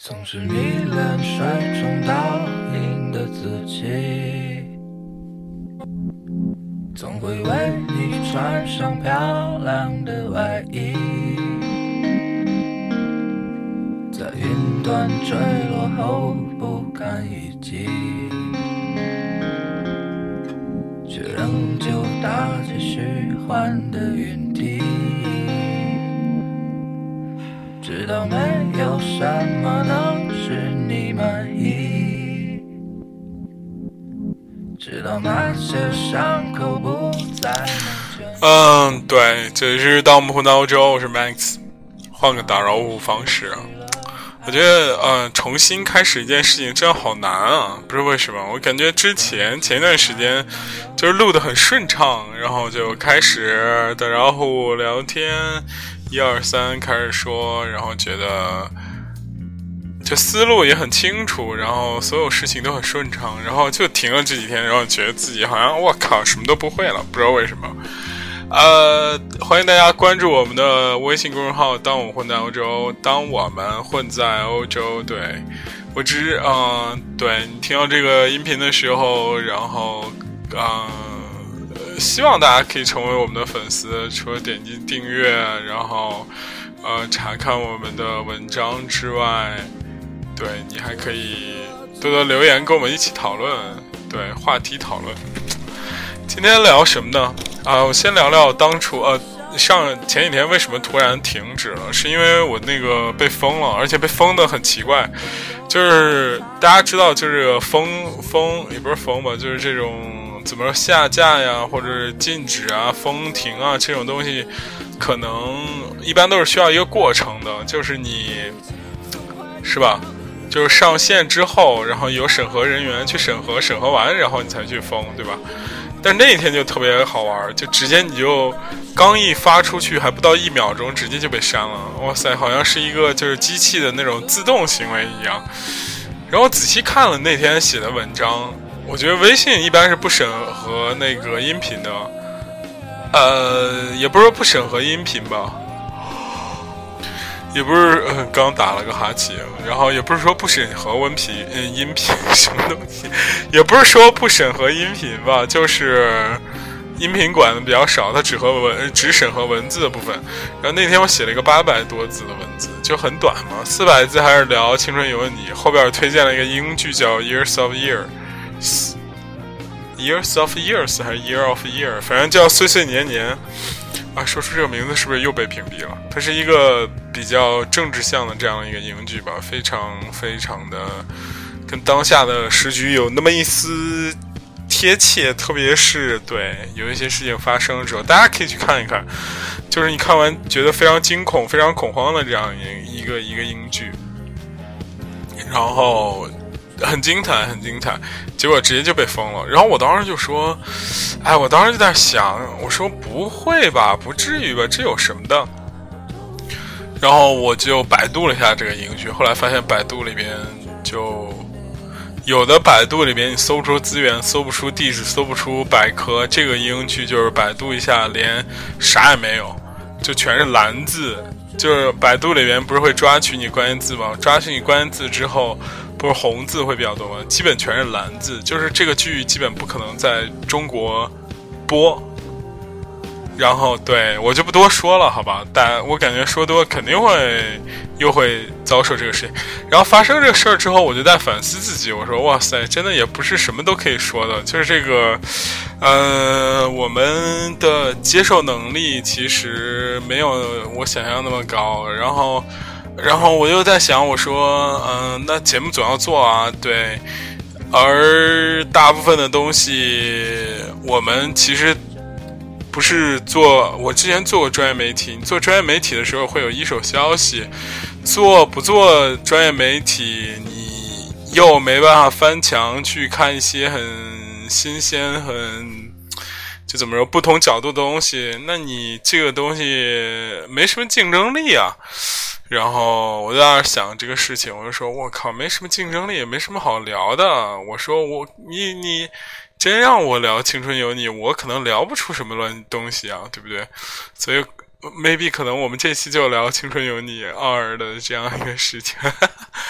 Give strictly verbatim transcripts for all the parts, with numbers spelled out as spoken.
总是迷恋水中倒影的自己，总会为你穿上漂亮的外衣，在云端坠落后不堪一击，却仍旧搭着虚幻的云梯，直到没有什么能使你满意，直到那些伤口不再能。 嗯，对，这里是盗墓混澳洲，我是 Max。换个打招呼方式啊，我觉得呃，重新开始一件事情真的好难啊，不知道为什么。我感觉之前前一段时间就是录得很顺畅，然后就开始打招呼聊天，一二三开始说，然后觉得这思路也很清楚，然后所有事情都很顺畅，然后就停了这几天，然后觉得自己好像我靠什么都不会了，不知道为什么。呃，欢迎大家关注我们的微信公众号当我混在欧洲，当我们混在欧洲。对，我只呃对你听到这个音频的时候，然后呃希望大家可以成为我们的粉丝，除了点击订阅，然后呃查看我们的文章之外，对你还可以多多留言跟我们一起讨论，对话题讨论。今天聊什么呢？啊，我先聊聊当初呃上前几天为什么突然停止了，是因为我那个被封了，而且被封的很奇怪，就是大家知道就是封封也不是封吧，就是这种怎么说下架呀，或者禁止啊、封停啊这种东西，可能一般都是需要一个过程的，就是你是吧？就是上线之后，然后有审核人员去审核，审核完然后你才去封，对吧？但那一天就特别好玩，就直接你就刚一发出去还不到一秒钟直接就被删了，哇塞，好像是一个就是机器的那种自动行为一样。然后仔细看了那天写的文章，我觉得微信一般是不审核那个音频的，呃，也不是说不审核音频吧，也不是、呃、刚打了个哈欠，然后也不是说不审核文频、呃、音频什么东西，也不是说不审核音频吧，就是音频管的比较少，它只和文只审核文字的部分。然后那天我写了一个八百多字的文字，就很短嘛，四百字还是聊青春有你，后边推荐了一个英剧叫 Years of Year。Years of Years 还是 Year of Year， 反正叫岁岁年年啊。说出这个名字是不是又被屏蔽了？它是一个比较政治向的这样一个英剧吧，非常非常的跟当下的时局有那么一丝贴切，特别是对有一些事情发生的时候，大家可以去看一看，就是你看完觉得非常惊恐、非常恐慌的这样一个一个英剧，然后很精彩，很精彩。结果直接就被封了，然后我当时就说，哎，我当时就在想，我说不会吧，不至于吧，这有什么的？然后我就百度了一下这个英剧，后来发现百度里边就有的百度里边你搜不出资源，搜不出地址，搜不出百科，这个英剧就是百度一下连啥也没有，就全是蓝字，就是百度里边不是会抓取你关键字吗？抓取你关键字之后。不是红字会比较多吗？基本全是蓝字，就是这个剧基本不可能在中国播。然后对我就不多说了，好吧？但我感觉说多肯定会又会遭受这个事情。然后发生这个事儿之后，我就在反思自己，我说哇塞，真的也不是什么都可以说的，就是这个，呃，我们的接受能力其实没有我想象那么高，然后。然后我又在想，我说，嗯、呃，那节目总要做啊，对，而大部分的东西，我们其实不是做。我之前做过专业媒体，你做专业媒体的时候会有一手消息，做不做专业媒体，你又没办法翻墙去看一些很新鲜、很就怎么说不同角度的东西，那你这个东西没什么竞争力啊。然后我就在那想这个事情，我就说我靠，没什么竞争力，也没什么好聊的。我说我你你真让我聊青春有你，我可能聊不出什么乱东西啊，对不对？所以 maybe 可能我们这期就聊青春有你二的这样一个事情。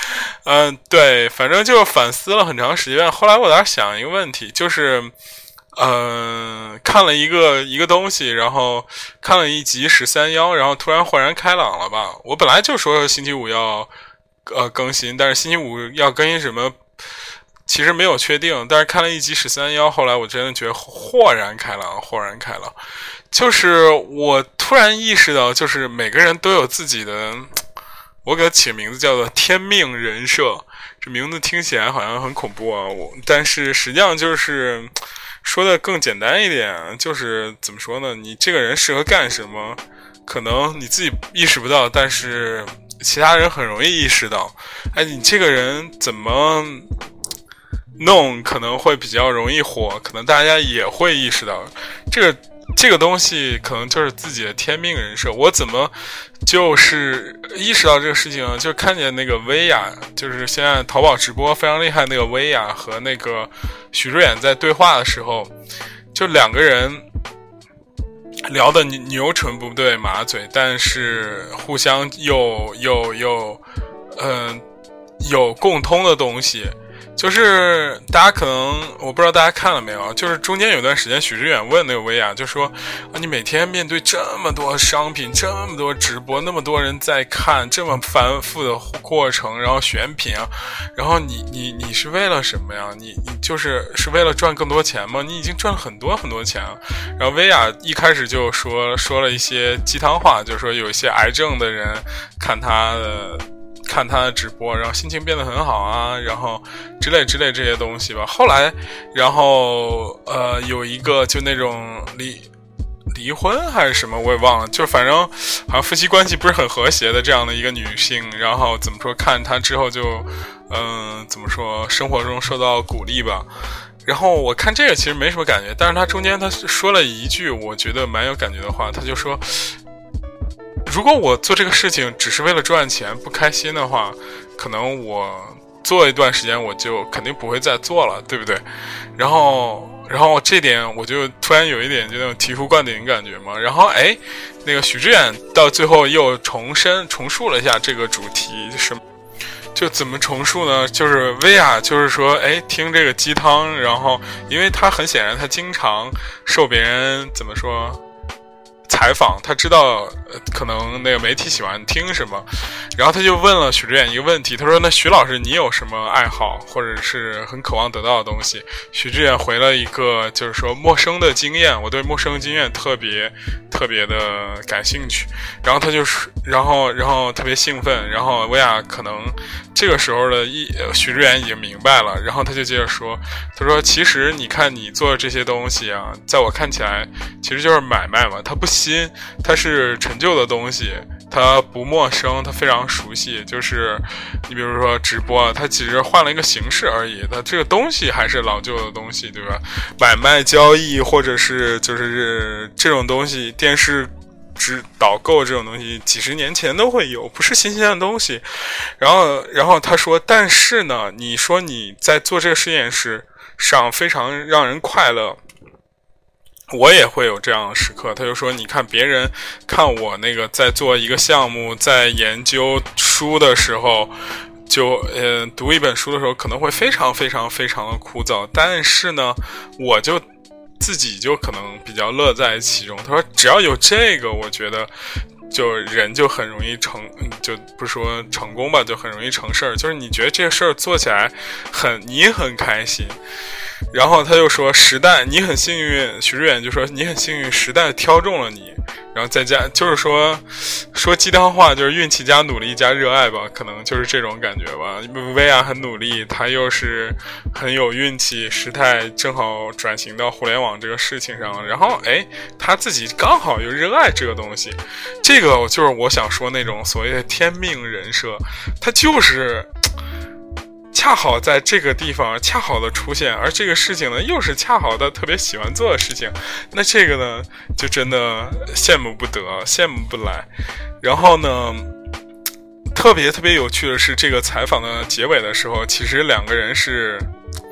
嗯、呃，对，反正就反思了很长时间。后来我在想一个问题，就是，嗯、呃，看了一个一个东西，然后看了一集十三幺，然后突然豁然开朗了吧？我本来就说星期五要呃更新，但是星期五要更新什么，其实没有确定。但是看了一集十三幺，后来我真的觉得豁然开朗，豁然开朗。就是我突然意识到，就是每个人都有自己的。我给它起个名字叫做天命人设，这名字听起来好像很恐怖啊，我但是实际上就是说的更简单一点，就是怎么说呢，你这个人适合干什么可能你自己意识不到，但是其他人很容易意识到。哎，你这个人怎么弄可能会比较容易火，可能大家也会意识到这个这个东西可能就是自己的天命人设。我怎么就是意识到这个事情，就看见那个薇娅，就是现在淘宝直播非常厉害那个薇娅和那个许知远在对话的时候，就两个人聊的牛唇不对马嘴，但是互相又又又嗯、呃、有共通的东西。就是大家可能我不知道大家看了没有，就是中间有段时间许知远问那个薇娅，就说啊，你每天面对这么多商品，这么多直播，那么多人在看，这么繁复的过程，然后选品啊，然后你你你是为了什么呀？你你就是是为了赚更多钱吗？你已经赚了很多很多钱啊。然后薇娅一开始就说说了一些鸡汤话，就是说有一些癌症的人看他的看他的直播，然后心情变得很好啊，然后之类之类这些东西吧。后来，然后呃有一个就那种离离婚还是什么我也忘了，就反正好像夫妻关系不是很和谐的这样的一个女性，然后怎么说看她之后就嗯、呃、怎么说生活中受到鼓励吧。然后我看这个其实没什么感觉，但是她中间她说了一句我觉得蛮有感觉的话，她就说如果我做这个事情只是为了赚钱不开心的话，可能我做一段时间我就肯定不会再做了，对不对？然后然后这点我就突然有一点就那种醍醐灌顶感觉嘛。然后哎，那个许知远到最后又重申重述了一下这个主题，就是就怎么重述呢？就是薇娅就是说哎听这个鸡汤，然后因为他很显然他经常受别人怎么说采访，他知道、呃、可能那个媒体喜欢听什么，然后他就问了许知远一个问题，他说那许老师你有什么爱好或者是很渴望得到的东西？许知远回了一个就是说陌生的经验，我对陌生的经验特别特别的感兴趣。然后他就是然后然后特别兴奋，然后薇娅可能这个时候的一许知远已经明白了，然后他就接着说，他说其实你看你做的这些东西啊，在我看起来其实就是买卖嘛，它不新，它是陈旧的东西，它不陌生，它非常熟悉。就是你比如说直播，它只是换了一个形式而已，它这个东西还是老旧的东西，对吧？买卖交易或者是就是这种东西，电视只导购这种东西几十年前都会有，不是新鲜的东西。然后然后他说但是呢，你说你在做这个实验室上非常让人快乐，我也会有这样的时刻。他就说你看别人看我那个在做一个项目在研究书的时候，就呃读一本书的时候可能会非常非常非常的枯燥，但是呢我就自己就可能比较乐在其中。他说只要有这个，我觉得就人就很容易成，就不说成功吧，就很容易成事儿。就是你觉得这个事儿做起来很你很开心。然后他就说时代你很幸运，许知远就说你很幸运时代挑中了你，然后再加就是说说鸡汤话，就是运气加努力加热爱吧，可能就是这种感觉吧。薇娅很努力，他又是很有运气，时代正好转型到互联网这个事情上，然后哎他自己刚好又热爱这个东西。这个就是我想说那种所谓的天命人设，他就是恰好在这个地方恰好的出现，而这个事情呢又是恰好的特别喜欢做的事情，那这个呢就真的羡慕不得羡慕不来。然后呢特别特别有趣的是，这个采访的结尾的时候，其实两个人是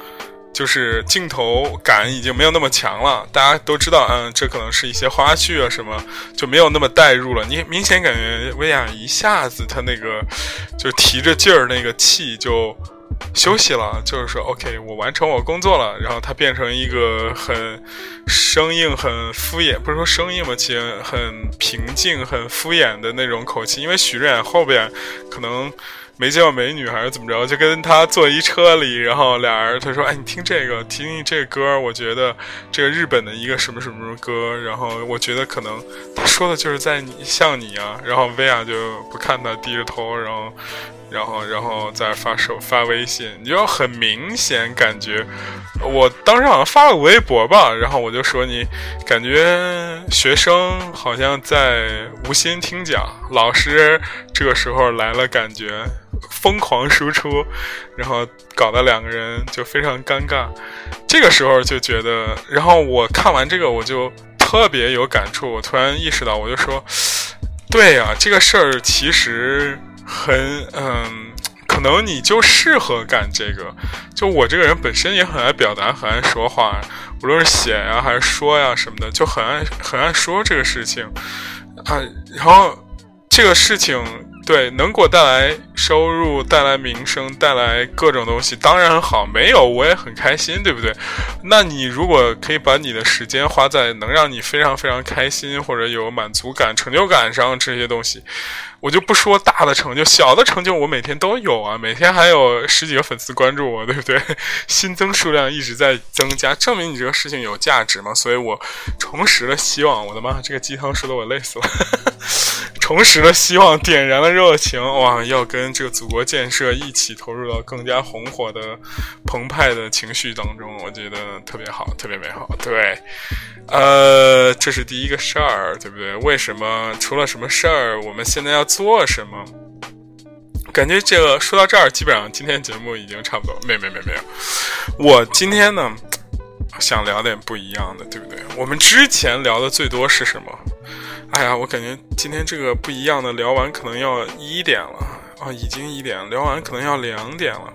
就是镜头感已经没有那么强了，大家都知道，嗯，这可能是一些花絮啊什么，就没有那么带入了。你明显感觉薇娅一下子她那个就提着劲儿，那个气就休息了，就是说 OK 我完成我工作了，然后她变成一个很生硬很敷衍，不是说生硬吧，其实很平静很敷衍的那种口气，因为许志远后边可能没见过美女还是怎么着，就跟他坐一车里，然后俩人他说哎你听这个听听这个歌，我觉得这个日本的一个什么什么歌，然后我觉得可能他说的就是在你像你啊，然后薇娅就不看他，低着头，然后然后然后再发手发微信，你就很明显感觉，我当时好像发了微博吧，然后我就说你感觉学生好像在无心听讲，老师这个时候来了感觉疯狂输出，然后搞得两个人就非常尴尬。这个时候就觉得，然后我看完这个我就特别有感触，我突然意识到，我就说对呀、啊，这个事儿其实很嗯，可能你就适合干这个。就我这个人本身也很爱表达，很爱说话，无论是写呀还是说呀什么的，就很爱很爱说这个事情啊。然后这个事情对能给我带来收入，带来名声，带来各种东西，当然很好，没有我也很开心，对不对？那你如果可以把你的时间花在能让你非常非常开心或者有满足感成就感上，这些东西我就不说大的成就，小的成就我每天都有啊，每天还有十几个粉丝关注我，对不对？新增数量一直在增加，证明你这个事情有价值嘛。所以我重拾了希望，我的妈，这个鸡汤说的我累死了重拾了希望，点燃了热情，哇，要跟这个祖国建设一起投入到更加红火的澎湃的情绪当中，我觉得特别好，特别美好。对，呃，这是第一个事儿，对不对？为什么除了什么事儿，我们现在要做什么？感觉这个说到这儿，基本上今天节目已经差不多。没没没没有，我今天呢想聊点不一样的，对不对？我们之前聊的最多是什么？哎呀，我感觉今天这个不一样的聊完可能要一点了啊，已经一点，聊完可能要两点了。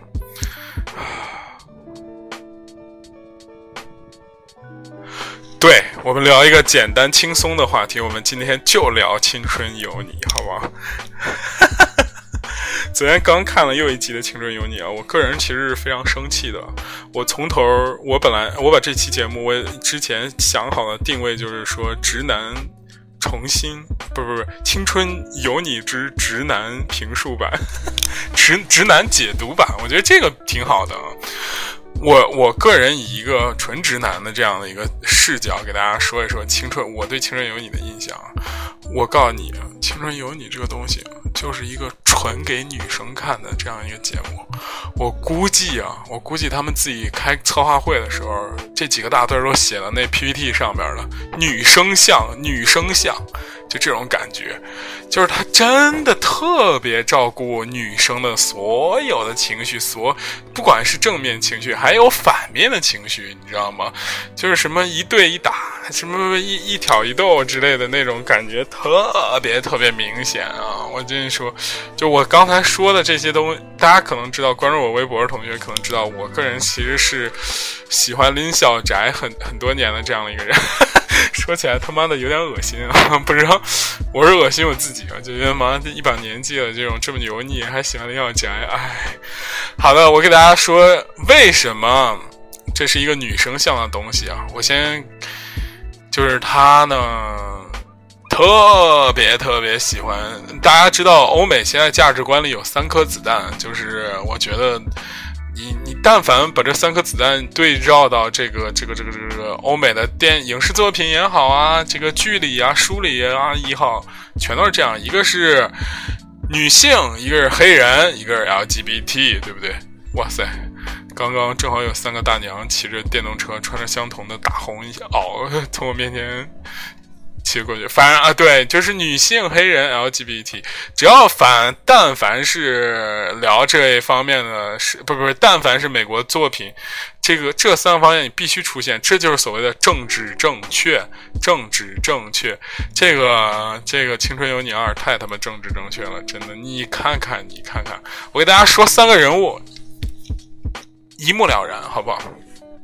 对，我们聊一个简单轻松的话题，我们今天就聊青春有你，好不好？昨天刚看了又一集的青春有你啊，我个人其实是非常生气的。我从头，我本来我把这期节目我之前想好的定位就是说直男重新不不不青春有你之直男评述版直直男解读版，我觉得这个挺好的啊。我我个人以一个纯直男的这样的一个视角给大家说一说青春，我对青春有你的印象。我告诉你，青春有你这个东西就是一个纯给女生看的这样一个节目。我估计啊，我估计他们自己开策划会的时候，这几个大字都写到那 P P T 上面了，女生像女生像，就这种感觉，就是他真的特别照顾女生的所有的情绪，所不管是正面情绪还有反面的情绪，你知道吗？就是什么一对一打，什么一一挑一斗之类的那种感觉特别特别明显啊！我跟你说，就我刚才说的这些东西，大家可能知道，关注我微博的同学可能知道，我个人其实是喜欢拎小宅很很多年的这样的一个人。说起来他妈的有点恶心啊，不知道我是恶心我自己啊，就觉得妈这一把年纪了，这种这么油腻还喜欢拎小宅，哎。好的，我给大家说为什么这是一个女生向的东西啊。我先就是他呢特别特别喜欢，大家知道欧美现在价值观里有三颗子弹，就是我觉得你你但凡把这三颗子弹对照到这个这个这个这个欧美的电影视作品也好啊，这个剧里啊书里啊也好，全都是这样，一个是女性，一个是黑人，一个是 L G B T， 对不对？哇塞，刚刚正好有三个大娘骑着电动车，穿着相同的大红袄从我面前骑过去，反正啊，对，就是女性、黑人、L G B T， 只要反但凡是聊这一方面的，是不不是，但凡是美国作品，这个这三个方面你必须出现，这就是所谓的政治正确，政治正确。这个这个青春有你二太他妈政治正确了，真的，你看看你看看，我给大家说三个人物，一目了然，好不好？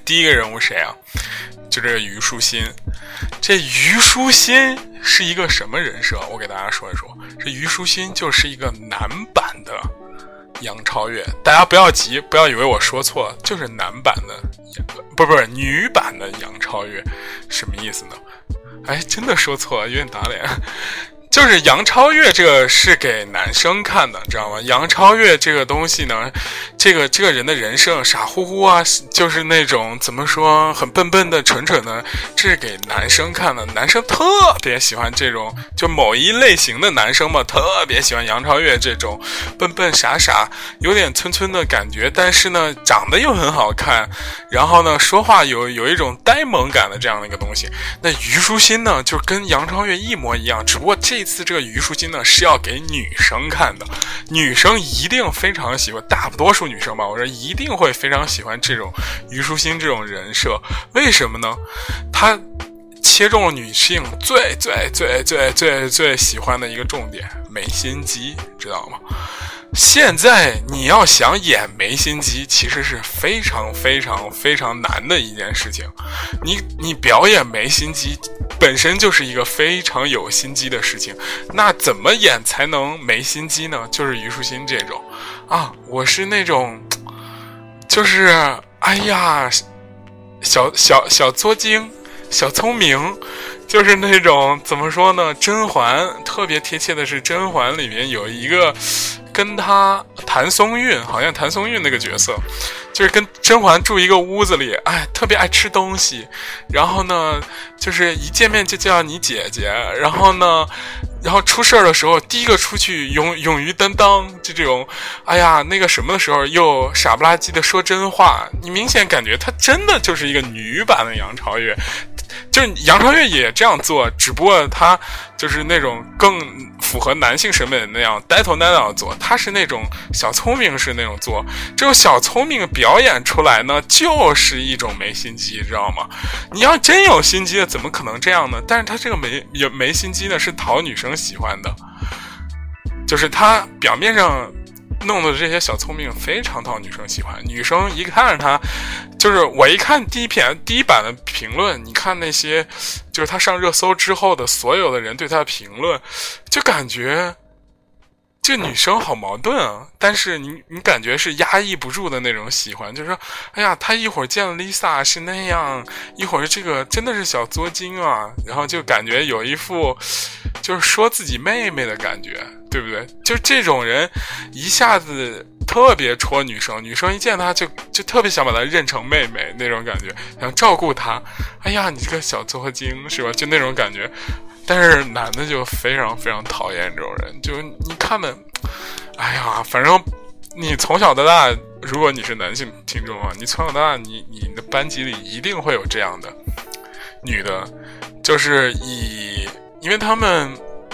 第一个人物谁啊？就这个虞书欣。这虞书欣是一个什么人设？我给大家说一说。这虞书欣就是一个男版的杨超越，大家不要急，不要以为我说错了，就是男版的，不不是女版的杨超越，什么意思呢？哎，真的说错了，有点打脸。就是杨超越这个是给男生看的，知道吗？杨超越这个东西呢，这个这个人的人设傻乎乎啊，就是那种怎么说很笨笨的蠢蠢的，这是给男生看的。男生特别喜欢这种，就某一类型的男生嘛，特别喜欢杨超越这种笨笨傻傻有点村村的感觉，但是呢长得又很好看，然后呢说话有有一种呆萌感的这样的一个东西。那虞书欣呢就跟杨超越一模一样，只不过这次这个虞书欣呢是要给女生看的，女生一定非常喜欢，大多数女生吧，我说一定会非常喜欢这种虞书欣这种人设。为什么呢？她切中了女性最最最最最最喜欢的一个重点，没心机，知道吗？现在你要想演没心机，其实是非常非常非常难的一件事情。你你表演没心机本身就是一个非常有心机的事情，那怎么演才能没心机呢？就是虞书欣这种啊，我是那种就是哎呀小小小作精小聪明，就是那种怎么说呢，甄嬛特别贴切的是甄嬛里面有一个跟他谭松韵，好像谭松韵那个角色，就是跟甄嬛住一个屋子里，哎，特别爱吃东西，然后呢就是一见面就叫你姐姐，然后呢然后出事的时候第一个出去勇勇于担当，就这种哎呀那个什么的时候又傻不拉几的说真话，你明显感觉她真的就是一个女版的杨超越。就是杨超越也这样做，只不过他就是那种更符合男性审美的那样呆头呆脑做，他是那种小聪明是那种做，这种小聪明表演出来呢就是一种没心机，知道吗？你要真有心机的怎么可能这样呢？但是他这个没有没心机呢是讨女生喜欢的，就是他表面上弄的这些小聪明非常讨女生喜欢，女生一看着他，就是我一看第一篇第一版的评论，你看那些就是他上热搜之后的所有的人对他的评论，就感觉这女生好矛盾啊，但是你你感觉是压抑不住的那种喜欢，就是说哎呀他一会儿见了 Lisa 是那样，一会儿这个真的是小作精啊，然后就感觉有一副就是说自己妹妹的感觉，对不对？就这种人一下子特别戳女生，女生一见他就就特别想把他认成妹妹那种感觉，想照顾他，哎呀你这个小作精是吧，就那种感觉。但是男的就非常非常讨厌这种人，就你看的哎呀反正你从小到大，如果你是男性听众啊，你从小到大你你的班级里一定会有这样的女的，就是以因为他们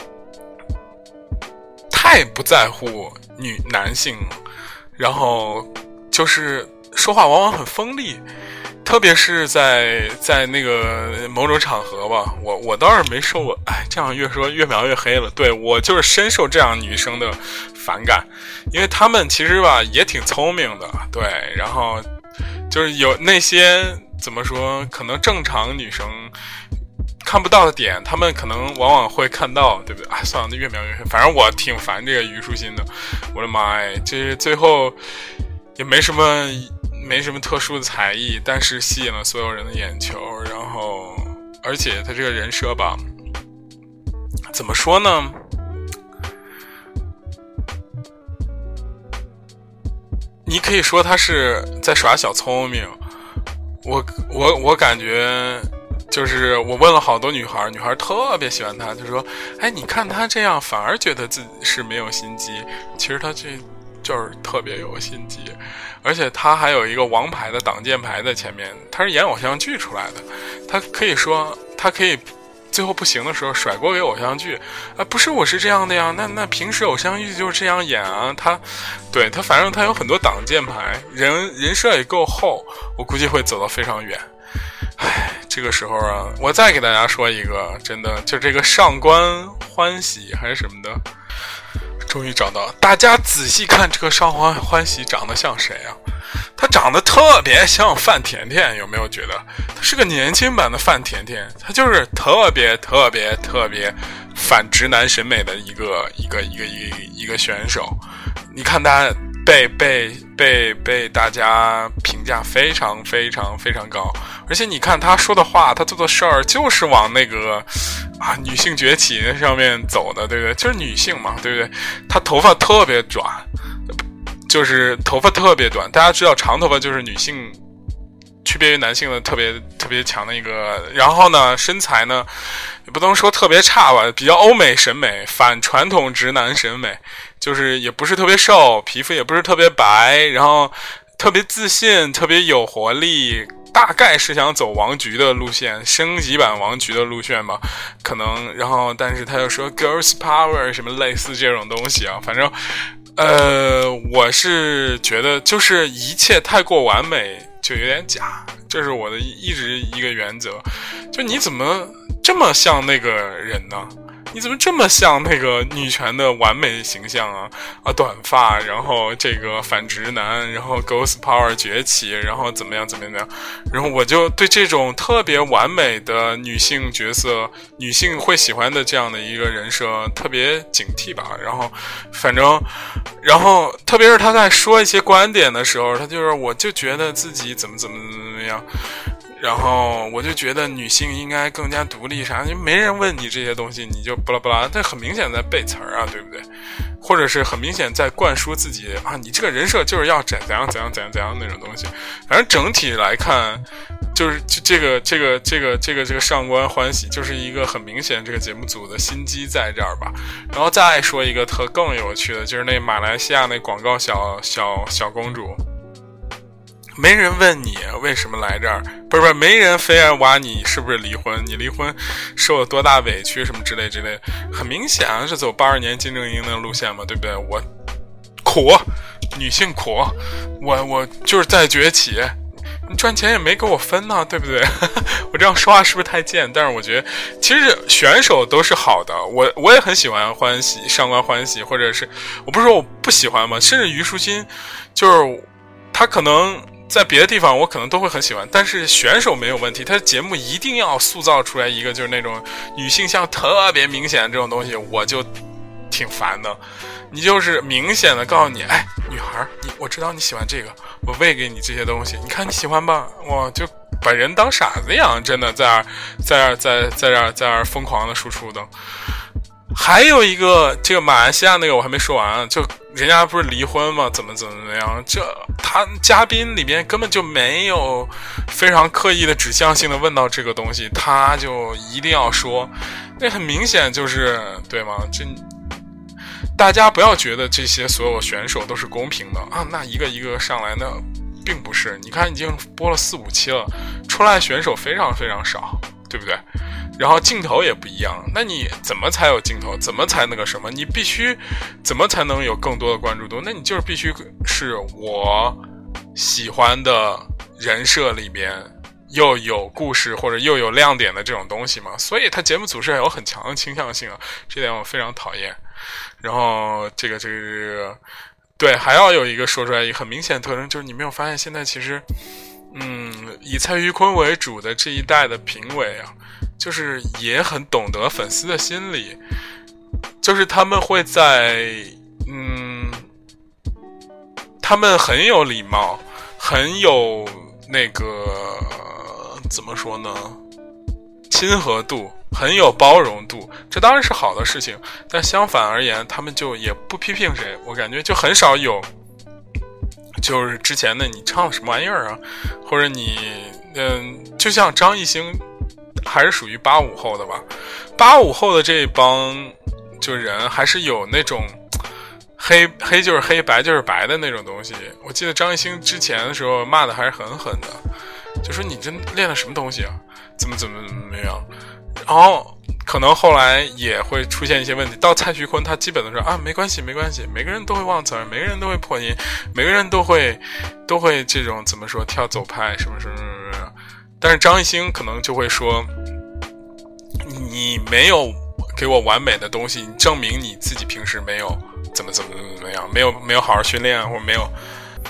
太不在乎女男性，然后就是说话往往很锋利，特别是在在那个某种场合吧，我我倒是没受过，哎，这样越说越描越黑了。对，我就是深受这样女生的反感，因为她们其实吧也挺聪明的，对，然后就是有那些怎么说，可能正常女生看不到的点，他们可能往往会看到，对不对？哎，算了，那越描越黑。反正我挺烦这个虞书欣的，我的妈哎，这最后也没什么没什么特殊的才艺，但是吸引了所有人的眼球。然后，而且他这个人设吧，怎么说呢？你可以说他是在耍小聪明，我我我感觉。就是我问了好多女孩，女孩特别喜欢他，就说哎你看他这样反而觉得自己是没有心机，其实他这就是特别有心机，而且他还有一个王牌的挡箭牌在前面，他是演偶像剧出来的，他可以说他可以最后不行的时候甩锅给偶像剧啊，不是我是这样的呀，那那平时偶像剧就是这样演啊，他对他反正他有很多挡箭牌，人人设也够厚，我估计会走到非常远。唉，这个时候啊，我再给大家说一个，真的就这个上官欢喜还是什么的，终于找到。大家仔细看这个上官欢喜长得像谁啊？ 她长得特别像范甜甜，有没有觉得？她是个年轻版的范甜甜，她就是特别特别特别反直男审美的一个一个一个一个一个选手。你看她被被被被大家评价非常非常非常高，而且你看她说的话，她做的事儿就是往那个啊女性崛起上面走的，对不对？就是女性嘛，对不对？她头发特别短，就是头发特别短。大家知道长头发就是女性区别于男性的特别特别强的一个，然后呢身材呢也不能说特别差吧，比较欧美审美，反传统直男审美，就是也不是特别瘦，皮肤也不是特别白，然后特别自信，特别有活力，大概是想走王菊的路线，升级版王菊的路线吧，可能。然后但是他又说 girls power 什么类似这种东西啊，反正呃我是觉得就是一切太过完美就有点假，这是我的一直一个原则。就你怎么这么像那个人呢？你怎么这么像那个女权的完美形象啊？啊，短发，然后这个反直男，然后 Ghost Power 崛起，然后怎么样怎么样怎么样？然后我就对这种特别完美的女性角色、女性会喜欢的这样的一个人设特别警惕吧。然后，反正，然后特别是他在说一些观点的时候，他就是我就觉得自己怎么怎么怎么样。然后我就觉得女性应该更加独立啥，就没人问你这些东西，你就巴拉巴拉，这很明显在背词儿啊，对不对？或者是很明显在灌输自己啊，你这个人设就是要怎样怎样怎样怎样那种东西。反正整体来看，就是就这个这个这个这个这个上官欢喜就是一个很明显这个节目组的心机在这儿吧。然后再说一个特更有趣的，就是那马来西亚那广告小小小公主。没人问你为什么来这儿，不是不是，没人非要挖你是不是离婚，你离婚受了多大委屈什么之类之类，很明显啊是走八十年金正英的路线嘛，对不对？我苦，女性苦，我我就是在崛起，你赚钱也没给我分呢，对不对？我这样说话是不是太贱？但是我觉得其实选手都是好的，我我也很喜欢欢喜上官欢喜，或者是我不是说我不喜欢吗？甚至虞书欣，就是他可能在别的地方我可能都会很喜欢，但是选手没有问题，他的节目一定要塑造出来一个就是那种女性向特别明显的这种东西，我就挺烦的。你就是明显的告诉你，哎，女孩，你我知道你喜欢这个，我喂给你这些东西，你看你喜欢吧，我就把人当傻子一样，真的在这儿在这儿在在这儿在这儿疯狂的输出的。还有一个这个马来西亚那个我还没说完，就人家不是离婚吗？怎么怎么怎么样？这他嘉宾里面根本就没有非常刻意的指向性的问到这个东西，他就一定要说，那很明显就是对吗？这大家不要觉得这些所有选手都是公平的啊，那一个一个上来那并不是。你看已经播了四五期了，出来选手非常非常少，对不对？然后镜头也不一样，那你怎么才有镜头？怎么才那个什么？你必须怎么才能有更多的关注度？那你就是必须是我喜欢的人设里边又有故事或者又有亮点的这种东西嘛。所以他节目组是有很强的倾向性啊，这点我非常讨厌。然后这个这个这个对，还要有一个说出来一个很明显的特征，就是你没有发现现在其实嗯以蔡徐坤为主的这一代的评委啊，就是也很懂得粉丝的心理，就是他们会在嗯他们很有礼貌，很有那个怎么说呢，亲和度，很有包容度，这当然是好的事情。但相反而言，他们就也不批评谁，我感觉就很少有就是之前的你唱什么玩意儿啊，或者你嗯，就像张艺兴还是属于八五后的吧，八五后的这一帮就人还是有那种黑黑就是黑，白就是白的那种东西。我记得张艺兴之前的时候骂的还是很狠的，就说你这练了什么东西啊，怎么怎么怎么样。然后可能后来也会出现一些问题，到蔡徐坤他基本都说啊没关系没关系，每个人都会忘词儿，每个人都会破音，每个人都会都会这种怎么说跳走拍什么什么什么什么。但是张艺兴可能就会说，你没有给我完美的东西，你证明你自己平时没有怎么怎么怎么样，没有没有好好训练，或者没有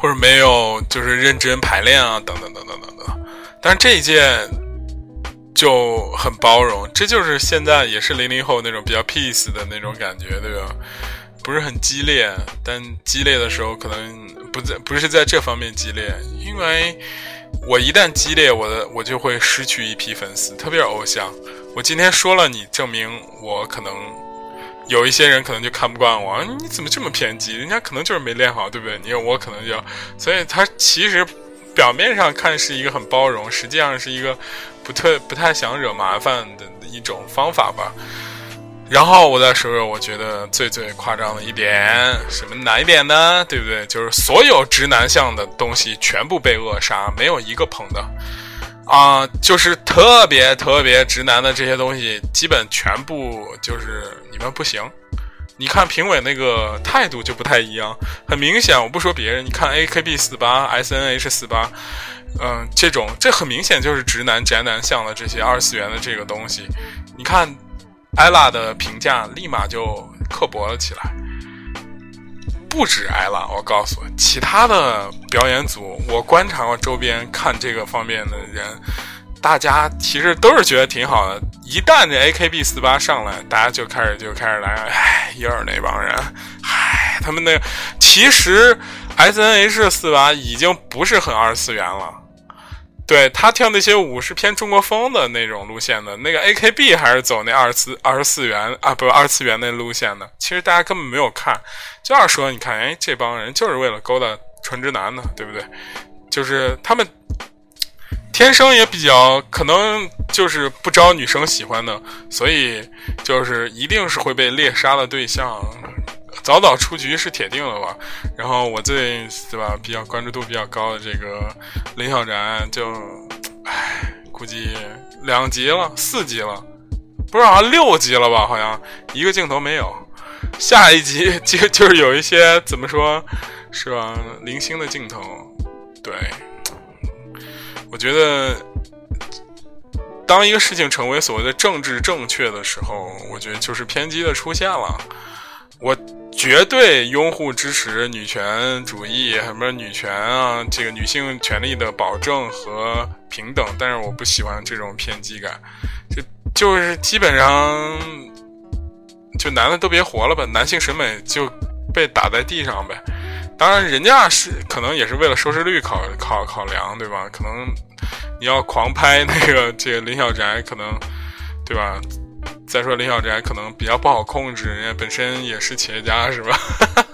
或者没有就是认真排练啊，等等等等等等。但是这一届就很包容，这就是现在也是零零后那种比较 peace 的那种感觉，对吧？不是很激烈，但激烈的时候可能不在不是在这方面激烈，因为我一旦激烈，我的我就会失去一批粉丝，特别是偶像。我今天说了你，证明我可能有一些人可能就看不惯我，你怎么这么偏激？人家可能就是没练好，对不对？你我可能就，所以他其实表面上看是一个很包容，实际上是一个不特不太想惹麻烦的一种方法吧。然后我再说说我觉得最最夸张的一点，什么哪一点呢？对不对？就是所有直男向的东西全部被扼杀，没有一个捧的啊、呃！就是特别特别直男的这些东西，基本全部就是你们不行。你看评委那个态度就不太一样，很明显，我不说别人，你看 A K B 四十八、S N H 四十八，嗯，这种这很明显就是直男宅男向的这些二次元的这个东西，你看。艾拉的评价立马就刻薄了起来，不止艾拉，我告诉我，其他的表演组，我观察过周边看这个方面的人，大家其实都是觉得挺好的。一旦这 A K B 四十八 上来，大家就开始就开始来，哎，又是那帮人，哎，他们那其实 S N H 四十八 已经不是很二次元了。对，他跳那些舞是偏中国风的那种路线的，那个 A K B 还是走那二次二十四元啊，不二次元那路线的。其实大家根本没有看，就要说你看，哎，这帮人就是为了勾搭纯直男的，对不对？就是他们天生也比较可能就是不招女生喜欢的，所以就是一定是会被猎杀的对象。早早出局是铁定了吧。然后我最对吧比较关注度比较高的这个林小宅就唉估计两集了四集了，不是好像六集了吧，好像一个镜头没有。下一集就就是有一些怎么说是吧零星的镜头。对，我觉得当一个事情成为所谓的政治正确的时候，我觉得就是偏激的出现了。我绝对拥护支持女权主义，什么女权啊，这个女性权利的保证和平等，但是我不喜欢这种偏激感，就就是基本上就男的都别活了吧，男性审美就被打在地上呗。当然人家是可能也是为了收视率考考考量，对吧？可能你要狂拍那个这个林小宅，可能对吧？再说林小宅可能比较不好控制，人家本身也是企业家，是吧？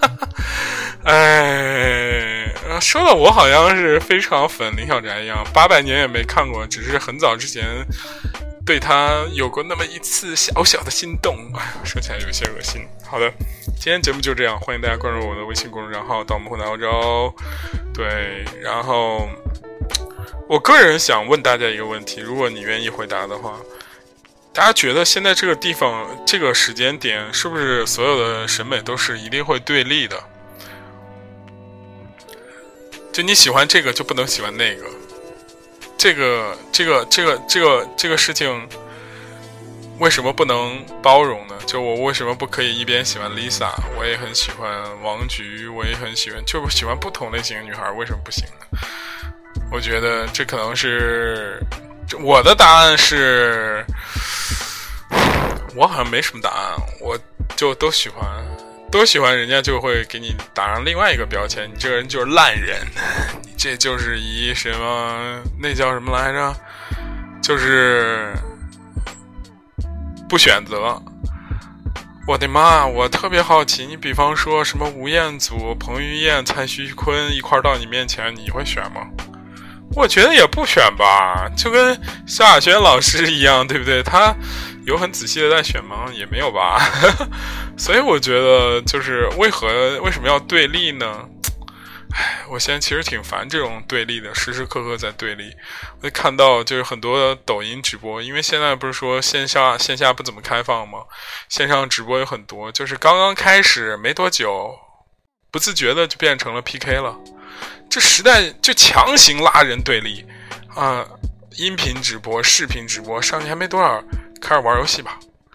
哎，说的我好像是非常粉林小宅一样，八百年也没看过，只是很早之前对他有过那么一次小小的心动。哎，说起来有些恶心。好的，今天节目就这样，欢迎大家关注我的微信公众账号盗墓混澳洲。对，然后我个人想问大家一个问题，如果你愿意回答的话，大家觉得现在这个地方这个时间点是不是所有的审美都是一定会对立的？就你喜欢这个就不能喜欢那个，这个这个这个这个这个事情为什么不能包容呢？就我为什么不可以一边喜欢 Lisa， 我也很喜欢王菊，我也很喜欢，就喜欢不同类型的女孩，为什么不行呢？我觉得这可能是我的答案是，我好像没什么答案，我就都喜欢，都喜欢，人家就会给你打上另外一个标签，你这个人就是烂人，你这就是一什么那叫什么来着？就是不选择。我的妈，我特别好奇，你比方说什么吴彦祖、彭于晏、蔡徐坤一块到你面前，你会选吗？我觉得也不选吧，就跟萧亚轩老师一样，对不对？他有很仔细的在选吗？也没有吧。所以我觉得就是为何为什么要对立呢？唉，我现在其实挺烦这种对立的，时时刻刻在对立。我会看到就是很多抖音直播，因为现在不是说线下线下不怎么开放吗？线上直播有很多，就是刚刚开始没多久，不自觉的就变成了 P K 了。这时代就强行拉人对立啊、呃！音频直播、视频直播，上去还没多少，开始玩游戏吧，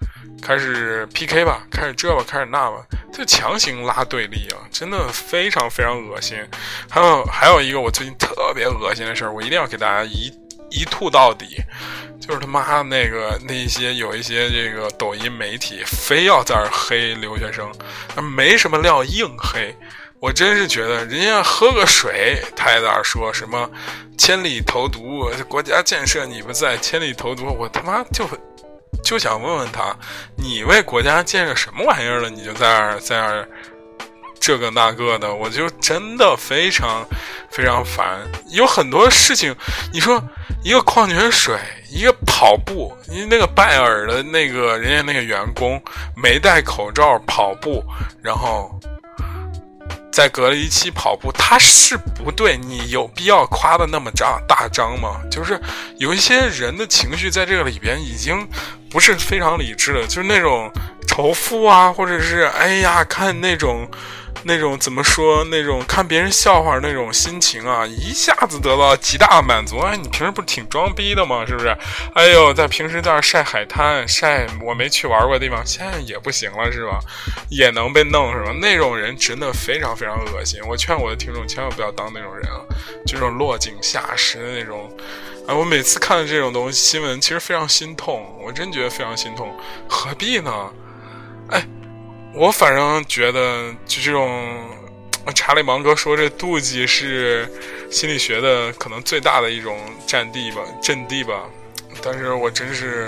开始 P K 吧，开始这吧，开始那吧，就强行拉对立啊，真的非常非常恶心。还有还有一个我最近特别恶心的事儿，我一定要给大家一一吐到底，就是他妈那个那些有一些这个抖音媒体非要在这黑留学生，没什么料硬黑。我真是觉得人家喝个水他也在那说什么千里投毒，国家建设你不在，千里投毒，我他妈就就想问问他，你为国家建设什么玩意儿了，你就在那儿在那儿这个那个的，我就真的非常非常烦。有很多事情，你说一个矿泉水，一个跑步，因为那个拜耳的那个人家那个员工没戴口罩跑步，然后在隔离期跑步，他是不对，你有必要夸的那么张大张吗？就是有一些人的情绪在这个里边已经不是非常理智了，就是那种仇富啊，或者是哎呀看那种那种怎么说，那种看别人笑话那种心情啊，一下子得到极大的满足。哎，你平时不是挺装逼的吗？是不是？哎呦，在平时在那晒海滩，晒我没去玩过的地方，现在也不行了，是吧？也能被弄，是吧？那种人真的非常非常恶心。我劝我的听众千万不要当那种人啊，这种落井下石的那种。哎，我每次看到这种东西新闻，其实非常心痛，我真觉得非常心痛，何必呢？哎。我反正觉得就这种查理芒格说这妒忌是心理学的可能最大的一种战地吧阵地吧，但是我真是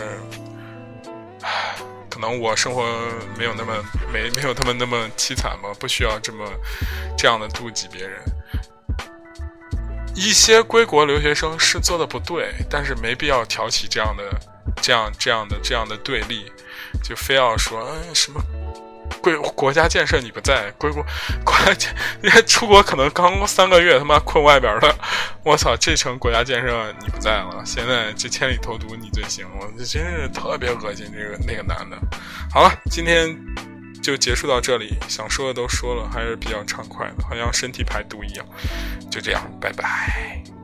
可能我生活没有那么没没有他们那么凄惨吧，不需要这么这样的妒忌别人。一些归国留学生是做的不对，但是没必要挑起这样的这样这样的这样的对立，就非要说嗯什么归国家建设你不在，归国国家人家出国可能刚三个月他妈困外边了，我操，这成国家建设你不在了，现在这千里投毒你最行，我这真是特别恶心这个那个男的。好了，今天就结束到这里，想说的都说了，还是比较畅快的，好像身体排毒一样。就这样，拜拜。